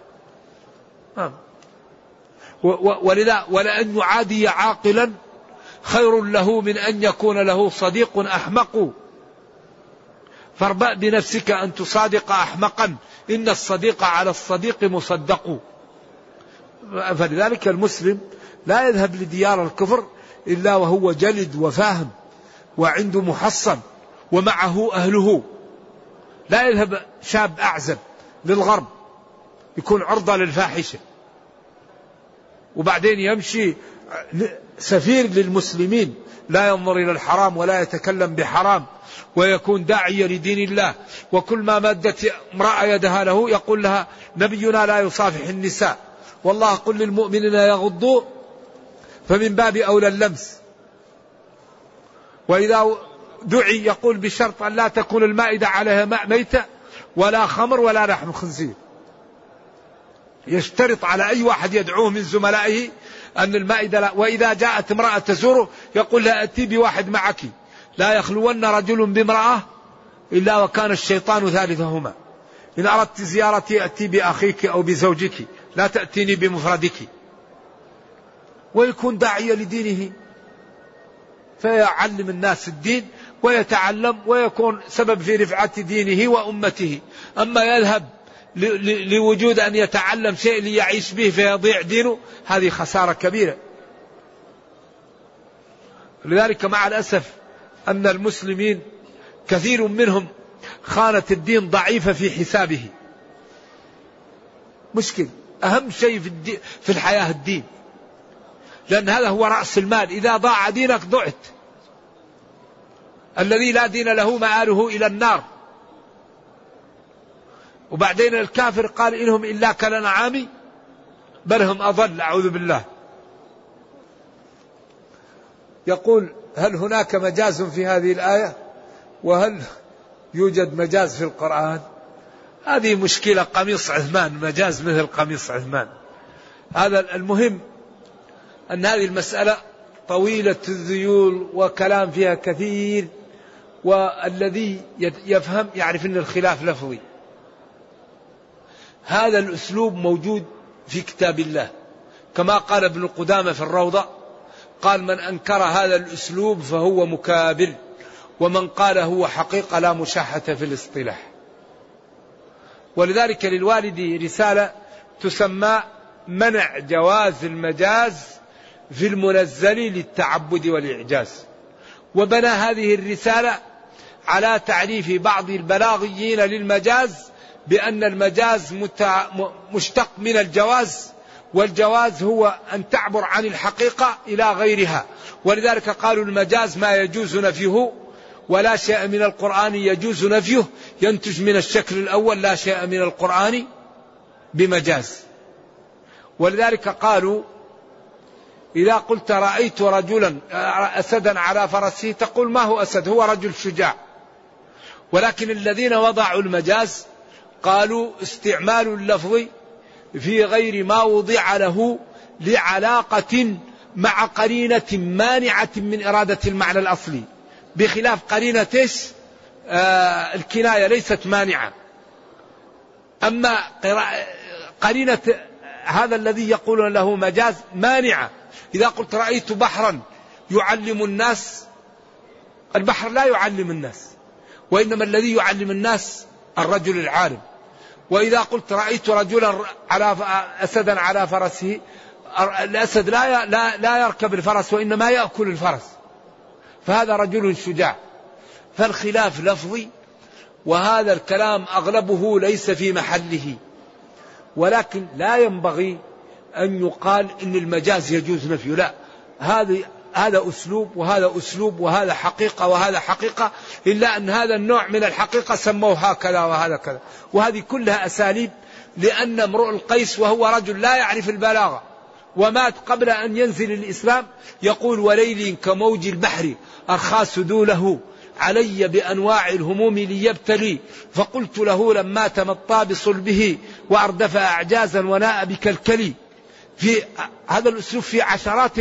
ولذا ولأن يعادي عاقلا خير له من أن يكون له صديق أحمق. فاربأ بنفسك أن تصادق أحمقا، إن الصديق على الصديق مصدق. فلذلك المسلم لا يذهب لديار الكفر إلا وهو جلد وفاهم وعنده محصن ومعه أهله. لا يذهب شاب أعزب للغرب يكون عرضة للفاحشة وبعدين يمشي سفير للمسلمين، لا ينظر إلى الحرام ولا يتكلم بحرام ويكون داعية لدين الله. وكل ما مدت امرأة يدها له يقول لها نبينا لا يصافح النساء، والله قل للمؤمنين يغضوا، فمن باب أولى اللمس. وإذا دعي يقول بشرط أن لا تكون المائدة عليها ماء ميتة ولا خمر ولا لحم خنزير. يشترط على أي واحد يدعوه من زملائه أن المائدة لا. وإذا جاءت امرأة تزوره يقول لها أتي بواحد معك، لا يخلون رجل بامرأة إلا وكان الشيطان ثالثهما. إن أردت زيارتي أتي بأخيك أو بزوجك، لا تأتيني بمفردك. ويكون داعية لدينه فيعلم الناس الدين ويتعلم ويكون سبب في رفعة دينه وأمته. أما يذهب لوجود أن يتعلم شيء ليعيش به فيضيع دينه، هذه خسارة كبيرة. لذلك مع الأسف أن المسلمين كثير منهم خانة الدين ضعيفة في حسابه. مشكل. أهم شيء في الحياة الدين، لأن هذا هو رأس المال. إذا ضاع دينك ضعت. الذي لا دين له مآله إلى النار. وبعدين الكافر قال إنهم إلا كالأنعام بل هم أضل، أعوذ بالله. يقول هل هناك مجاز في هذه الآية؟ وهل يوجد مجاز في القرآن؟ هذه مشكلة. قميص عثمان، مجاز مثل قميص عثمان. هذا المهم أن هذه المسألة طويلة الذيول وكلام فيها كثير، والذي يفهم يعرف أن الخلاف لفظي. هذا الأسلوب موجود في كتاب الله، كما قال ابن قدامة في الروضة، قال من أنكر هذا الأسلوب فهو مكابر، ومن قال هو حقيقة لا مشاحة في الاصطلاح. ولذلك للوالد رسالة تسمى منع جواز المجاز في المنزل للتعبد والإعجاز. وبنى هذه الرسالة على تعريف بعض البلاغيين للمجاز بأن المجاز مشتق من الجواز، والجواز هو أن تعبر عن الحقيقة إلى غيرها. ولذلك قالوا المجاز ما يجوز نفيه ولا شيء من القرآن يجوز نفيه، ينتج من الشكل الأول لا شيء من القرآن بمجاز. ولذلك قالوا إذا قلت رأيت رجلا أسدا على فرسه تقول ما هو أسد، هو رجل شجاع. ولكن الذين وضعوا المجاز قالوا استعمال اللفظ في غير ما وضع له لعلاقة مع قرينة مانعة من إرادة المعنى الأصلي، بخلاف قرينة الكناية ليست مانعة. أما قرينة هذا الذي يقولون له مجاز مانعة. إذا قلت رأيت بحرا يعلم الناس، البحر لا يعلم الناس، وإنما الذي يعلم الناس الرجل العالم. وإذا قلت رأيت رجلا أسدا على فرسه، الأسد لا يركب الفرس وإنما يأكل الفرس، فهذا رجل شجاع. فالخلاف لفظي، وهذا الكلام أغلبه ليس في محله. ولكن لا ينبغي أن يقال إن المجاز يجوز نفيه، لا، هذا أسلوب وهذا أسلوب وهذا حقيقة وهذا حقيقة، إلا أن هذا النوع من الحقيقة سموه هكذا وهذا كذا، وهذه كلها أساليب. لأن امرؤ القيس وهو رجل لا يعرف البلاغة ومات قبل أن ينزل الإسلام يقول: وليل كموج البحر أرخى سدوله علي بأنواع الهموم ليبتلي، فقلت له لما تمطى بصلبه وأردف أعجازا وناء بكالكلي. في هذا الأسلوب في عشرات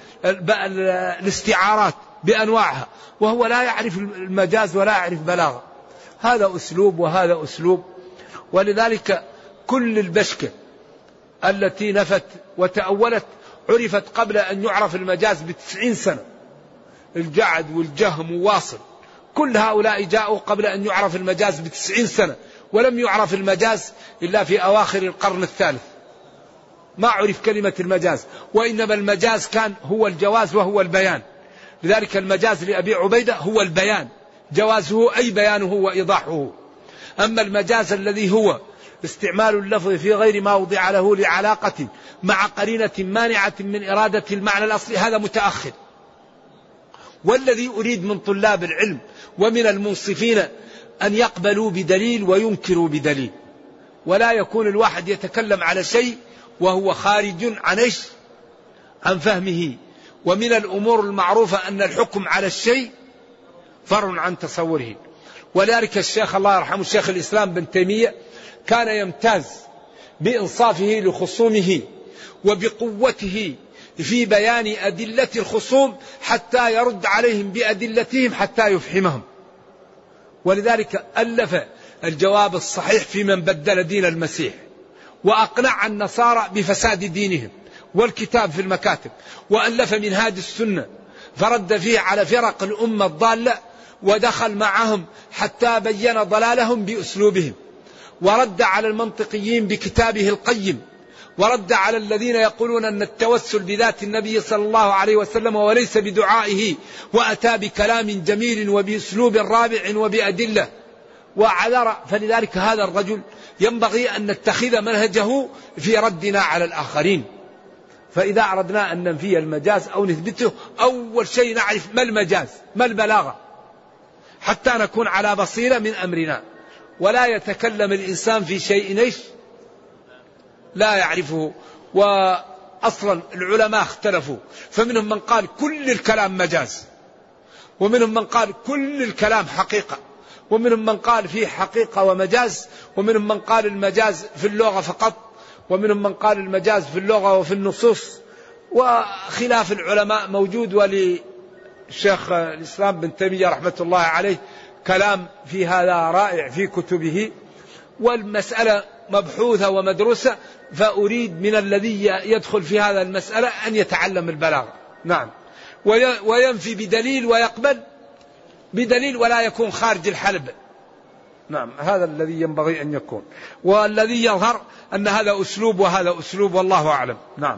الاستعارات بأنواعها، وهو لا يعرف المجاز ولا يعرف بلاغة. هذا أسلوب وهذا أسلوب. ولذلك كل البشكة التي نفت وتأولت عرفت قبل أن يعرف المجاز ب90 سنة. الجعد والجهم وواصل كل هؤلاء جاءوا قبل أن يعرف المجاز ب90 سنة، ولم يعرف المجاز إلا في أواخر القرن الثالث. ما عرف كلمة المجاز، وإنما المجاز كان هو الجواز وهو البيان. لذلك المجاز لأبي عبيدة هو البيان، جوازه أي بيانه وإيضاحه. أما المجاز الذي هو استعمال اللفظ في غير ما وضع له لعلاقة مع قرينة مانعة من إرادة المعنى الأصلي، هذا متأخر. والذي أريد من طلاب العلم ومن المنصفين أن يقبلوا بدليل وينكروا بدليل، ولا يكون الواحد يتكلم على شيء وهو خارج عن فهمه. ومن الأمور المعروفة أن الحكم على الشيء فرع عن تصوره. ولذلك الشيخ الله يرحمه الشيخ الإسلام بن تيمية كان يمتاز بإنصافه لخصومه وبقوته في بيان أدلة الخصوم حتى يرد عليهم بأدلتهم حتى يفهمهم. ولذلك ألف الجواب الصحيح في من بدل دين المسيح، وأقنع النصارى بفساد دينهم، والكتاب في المكاتب، وألف منهاج السنة فرد فيه على فرق الأمة الضالة، ودخل معهم حتى بين ضلالهم بأسلوبهم، ورد على المنطقيين بكتابه القيم، ورد على الذين يقولون أن التوسل بذات النبي صلى الله عليه وسلم وليس بدعائه، وأتى بكلام جميل وبأسلوب رابع وبأدلة وعذر. فلذلك هذا الرجل ينبغي أن نتخذ منهجه في ردنا على الآخرين. فإذا أردنا أن ننفي المجاز أو نثبته، أول شيء نعرف ما المجاز، ما البلاغة، حتى نكون على بصيرة من أمرنا. ولا يتكلم الإنسان في شيء لا يعرفه. وأصلا العلماء اختلفوا، فمنهم من قال كل الكلام مجاز، ومنهم من قال كل الكلام حقيقة، ومنهم من قال فيه حقيقة ومجاز، ومنهم من قال المجاز في اللغة فقط، ومنهم من قال المجاز في اللغة وفي النصوص. وخلاف العلماء موجود. وللشيخ الإسلام بن تيمية رحمة الله عليه كلام في هذا رائع في كتبه، والمسألة مبحوثة ومدروسة. فأريد من الذي يدخل في هذا المسألة أن يتعلم البلاغة، نعم، وينفي بدليل ويقبل بدليل، ولا يكون خارج الحلب. نعم، هذا الذي ينبغي أن يكون. والذي يظهر أن هذا أسلوب وهذا أسلوب، والله أعلم. نعم.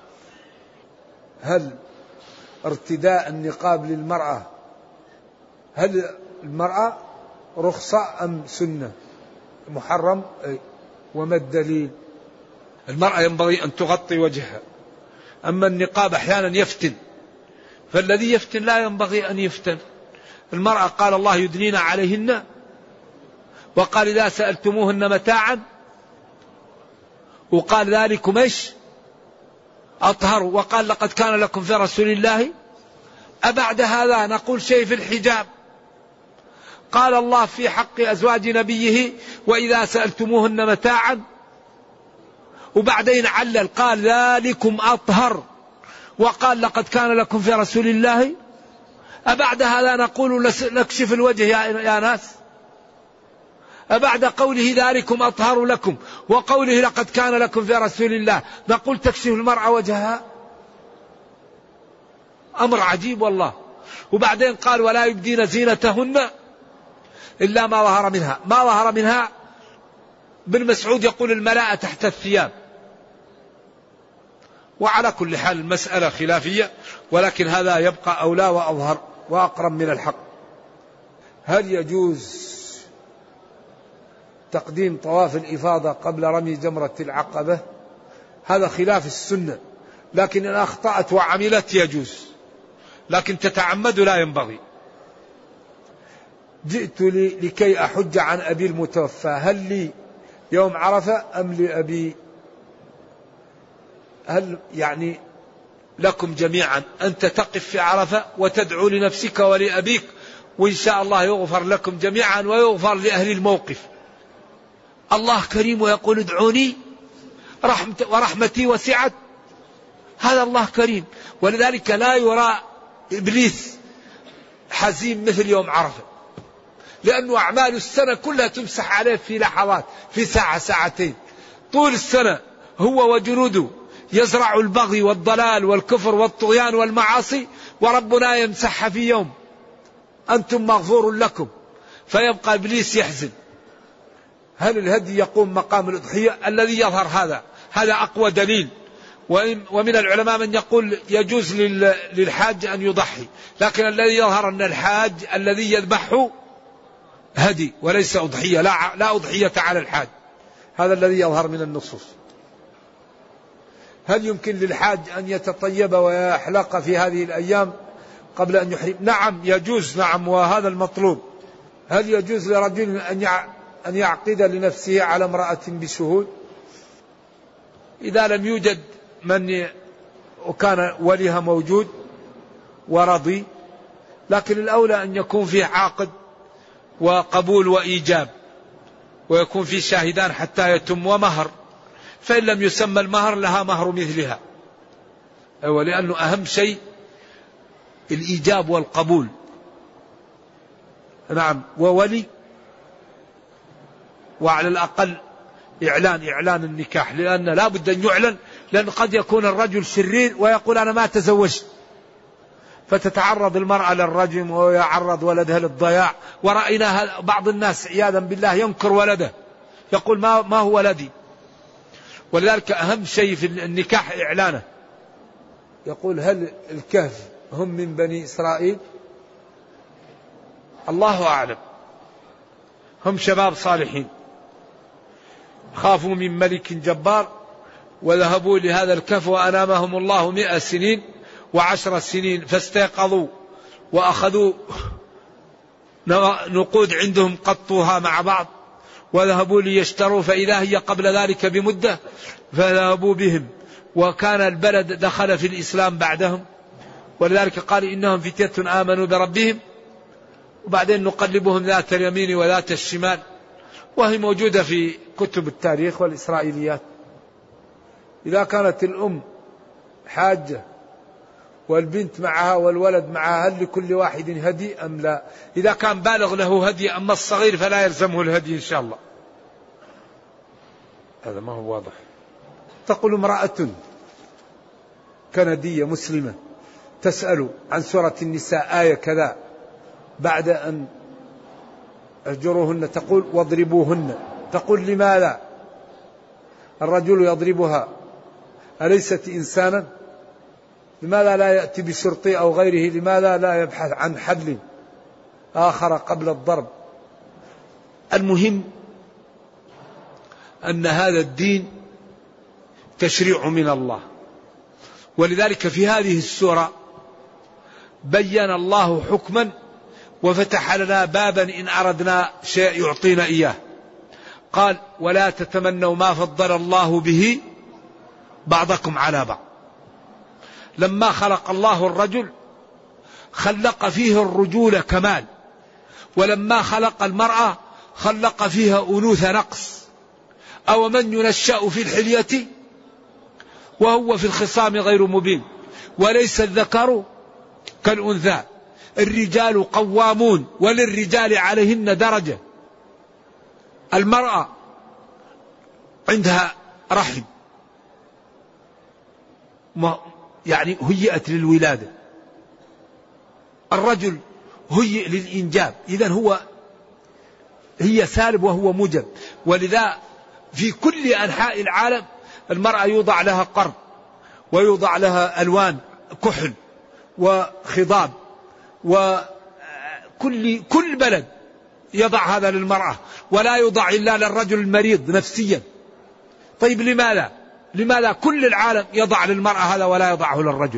هل ارتداء النقاب للمرأة، هل المرأة رخصة أم سنة محرم؟ وما الدليل؟ المرأة ينبغي أن تغطي وجهها، أما النقاب أحيانا يفتن، فالذي يفتن لا ينبغي أن يفتن. المرأة قال الله يدنين عليهن، وقال إذا سألتموهن متاعا، وقال ذلكم أطهر، وقال لقد كان لكم في رسول الله. أبعد هذا نقول شيء في الحجاب؟ قال الله في حق أزواج نبيه وإذا سألتموهن متاعا، وبعدين علل قال ذلكم أطهر، وقال لقد كان لكم في رسول الله. أبعد هذا نقول نكشف الوجه يا ناس؟ أبعد قوله ذلكم أطهر لكم وقوله لقد كان لكم في رسول الله نقول تكشف المرأة وجهها؟ أمر عجيب والله. وبعدين قال ولا يبدين زينتهن إلا ما ظهر منها. ما ظهر منها ابن مسعود يقول الملاءة تحت الثياب. وعلى كل حال المسألة خلافية، ولكن هذا يبقى أولى وأظهر وأقرب من الحق. هل يجوز تقديم طواف الإفاضة قبل رمي جمرة العقبة هذا خلاف السنة، لكن إن أخطأت وعملت يجوز، لكن تتعمد لا ينبغي. جئت لكي أحج عن أبي المتوفى، هل لي يوم عرفة أم لأبي؟ هل يعني لكم جميعا أنت تقف في عرفة وتدعو لنفسك ولأبيك، وإن شاء الله يغفر لكم جميعا ويغفر لأهل الموقف. الله كريم ويقول ادعوني ورحمتي وسعت، هذا الله كريم. ولذلك لا يرى إبليس حزين مثل يوم عرفة، لأنه أعمال السنة كلها تمسح عليه في لحظات، في ساعة ساعتين. طول السنة هو وجنوده يزرع البغي والضلال والكفر والطغيان والمعاصي، وربنا يمسحها في يوم، أنتم مغفور لكم. فيبقى إبليس يحزن. هل الهدي يقوم مقام الأضحية؟ الذي يظهر هذا أقوى دليل. ومن العلماء من يقول يجوز للحاج أن يضحي، لكن الذي يظهر أن الحاج الذي يذبحه هدي وليس أضحية، لا أضحية على الحاج، هذا الذي يظهر من النصوص. هل يمكن للحاج أن يتطيب ويحلق في هذه الأيام قبل أن يحرم؟ نعم يجوز، نعم، وهذا المطلوب. هل يجوز لرجل أن يعقد لنفسه على امرأة بشهود؟ إذا لم يوجد من وكان وليها موجود ورضي، لكن الأولى أن يكون فيه عاقد وقبول وإيجاب، ويكون فيه شاهدان حتى يتم، ومهر، فإن لم يسمى المهر لها مهر مثلها. لأنه أهم شيء الإيجاب والقبول. نعم، وولي، وعلى الأقل إعلان النكاح، لأن لا بد أن يعلن، لأن قد يكون الرجل شرير ويقول أنا ما تزوجت، فتتعرض المرأة للرجم ويعرض ولدها للضياع. ورأينا بعض الناس عياذا بالله ينكر ولده، يقول ما هو ولدي. ولذلك أهم شيء في النكاح إعلانه. يقول هل الكهف هم من بني إسرائيل؟ الله أعلم، هم شباب صالحين خافوا من ملك جبار وذهبوا لهذا الكهف وأنامهم الله 100 سنين و10 سنين، فاستيقظوا وأخذوا نقود عندهم قطوها مع بعض وذهبوا ليشتروا، فإذا هي قبل ذلك بمدة فذهبوا بهم، وكان البلد دخل في الإسلام بعدهم. ولذلك قال إنهم فتية آمنوا بربهم، وبعدين نقلبهم ذات اليمين وذات الشمال، وهي موجودة في كتب التاريخ والإسرائيليات. إذا كانت الأم حاجة والبنت معها والولد معها، هل لكل واحد هدي أم لا؟ إذا كان بالغ له هدي، أما الصغير فلا يلزمه الهدي إن شاء الله. هذا ما هو واضح. تقول امرأة كندية مسلمة تسأل عن سورة النساء آية كذا، بعد أن اهجروهن تقول واضربوهن، تقول لماذا الرجل يضربها؟ أليست إنسانا؟ لماذا لا يأتي بشرطي أو غيره؟ لماذا لا يبحث عن حل آخر قبل الضرب؟ المهم أن هذا الدين تشريع من الله، ولذلك في هذه السورة بين الله حكما وفتح لنا بابا إن أردنا شيء يعطينا إياه. قال ولا تتمنوا ما فضل الله به بعضكم على بعض. لما خلق الله الرجل خلق فيه الرجولة كمال، ولما خلق المرأة خلق فيها أنوثة نقص. أو من ينشأ في الحلية وهو في الخصام غير مبين، وليس الذكر كالأنثى، الرجال قوامون وللرجال عليهن درجة. المرأة عندها رحم يعني هيئت للولادة، الرجل هيئ للإنجاب، إذن هي سالب وهو موجب. ولذا في كل أنحاء العالم المرأة يوضع لها قرن ويوضع لها ألوان كحل وخضاب، وكل بلد يضع هذا للمرأة، ولا يوضع إلا للرجل المريض نفسيا. طيب لماذا؟ لماذا كل العالم يضع للمرأة هذا ولا يضعه للرجل؟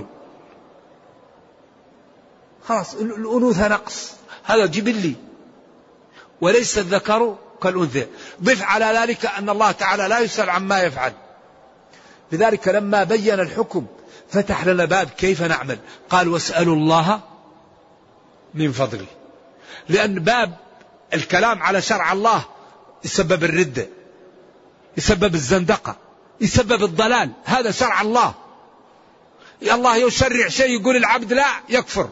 خلاص الأنوثة نقص، هذا جبلي، وليس الذكر كالأنثى. ضف على ذلك أن الله تعالى لا يسأل عما يفعل. لذلك لما بين الحكم فتح لنا باب كيف نعمل، قال واسألوا الله من فضله. لأن باب الكلام على شرع الله يسبب الردة، يسبب الزندقة، يسبب الضلال. هذا شرع الله، الله يشرع شيء يقول العبد لا، يكفر.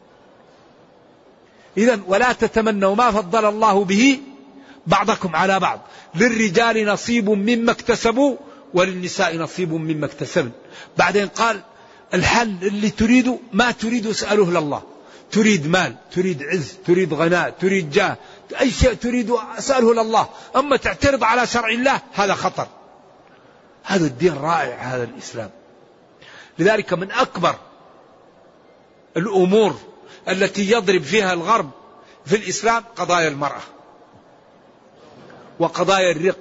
إذن ولا تتمنوا ما فضل الله به بعضكم على بعض، للرجال نصيب مما اكتسبوا وللنساء نصيب مما اكتسبن. بعدين قال الحل اللي تريده ما تريد اسأله لله، تريد مال، تريد عز، تريد غناء، تريد جاه، أي شيء تريد اسأله لله. أما تعترض على شرع الله هذا خطر. هذا الدين رائع، هذا الإسلام. لذلك من أكبر الأمور التي يضرب فيها الغرب في الإسلام قضايا المرأة وقضايا الرق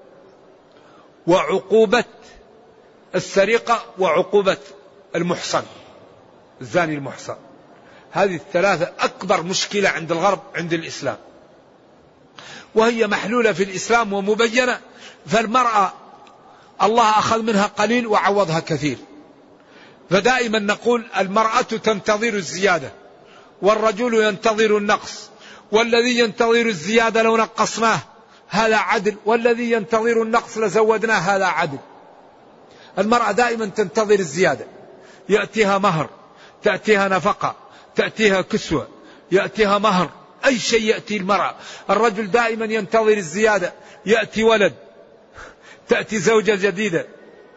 وعقوبة السرقة وعقوبة المحصن، الزاني المحصن. هذه الثلاثة أكبر مشكلة عند الغرب عند الإسلام، وهي محلولة في الإسلام ومبينة. فالمرأة الله أخذ منها قليل وعوضها كثير. فدائما نقول المرأة تنتظر الزيادة والرجل ينتظر النقص، والذي ينتظر الزيادة لو نقصناه هذا عدل، والذي ينتظر النقص لزودناه هذا عدل. المرأة دائما تنتظر الزيادة، يأتيها مهر، تأتيها نفقة، تأتيها كسوة، يأتيها مهر، أي شيء يأتي المرأة. الرجل دائما ينتظر الزيادة، يأتي ولد، تأتي زوجة جديدة،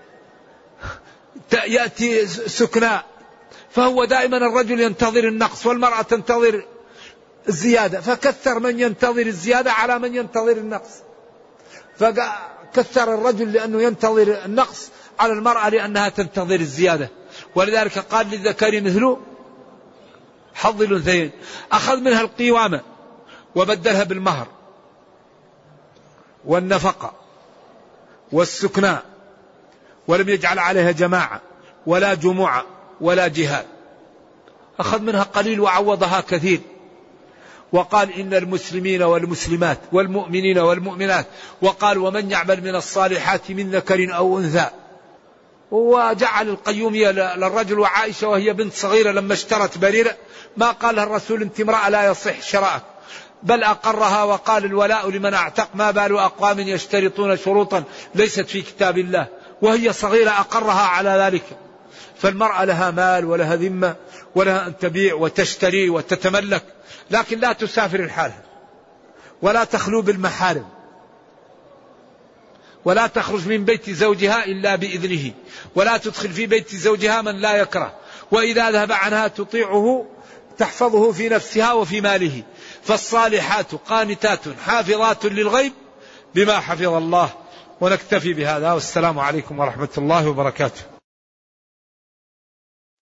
يأتي سكناء. فهو دائما الرجل ينتظر النقص والمرأة تنتظر الزيادة، فكثر من ينتظر الزيادة على من ينتظر النقص. فكثر الرجل لأنه ينتظر النقص على المرأة لأنها تنتظر الزيادة. ولذلك قال للذكر مثل حظ الأنثيين. أخذ منها القوامة وبدلها بالمهر والنفقة والسكناء، ولم يجعل عليها جماعة ولا جموعة ولا جهاد. أخذ منها قليل وعوضها كثير. وقال إن المسلمين والمسلمات والمؤمنين والمؤمنات، وقال ومن يعمل من الصالحات من ذكر أو أنثى. وجعل القيومية للرجل. وعائشة وهي بنت صغيرة لما اشترت بريرة ما قال لها الرسول أنت امرأة لا يصح شراءك، بل أقرها وقال الولاء لمن أعتق، ما بال أقوام يشترطون شروطا ليست في كتاب الله. وهي صغيرة أقرها على ذلك. فالمرأة لها مال ولها ذمة ولها أن تبيع وتشتري وتتملك، لكن لا تسافر الحالة ولا تخلو بالمحارم ولا تخرج من بيت زوجها إلا بإذنه، ولا تدخل في بيت زوجها من لا يكره، وإذا ذهب عنها تطيعه تحفظه في نفسها وفي ماله. فالصالحات قانتات حافظات للغيب بما حفظ الله. ونكتفي بهذا، والسلام عليكم ورحمة الله وبركاته.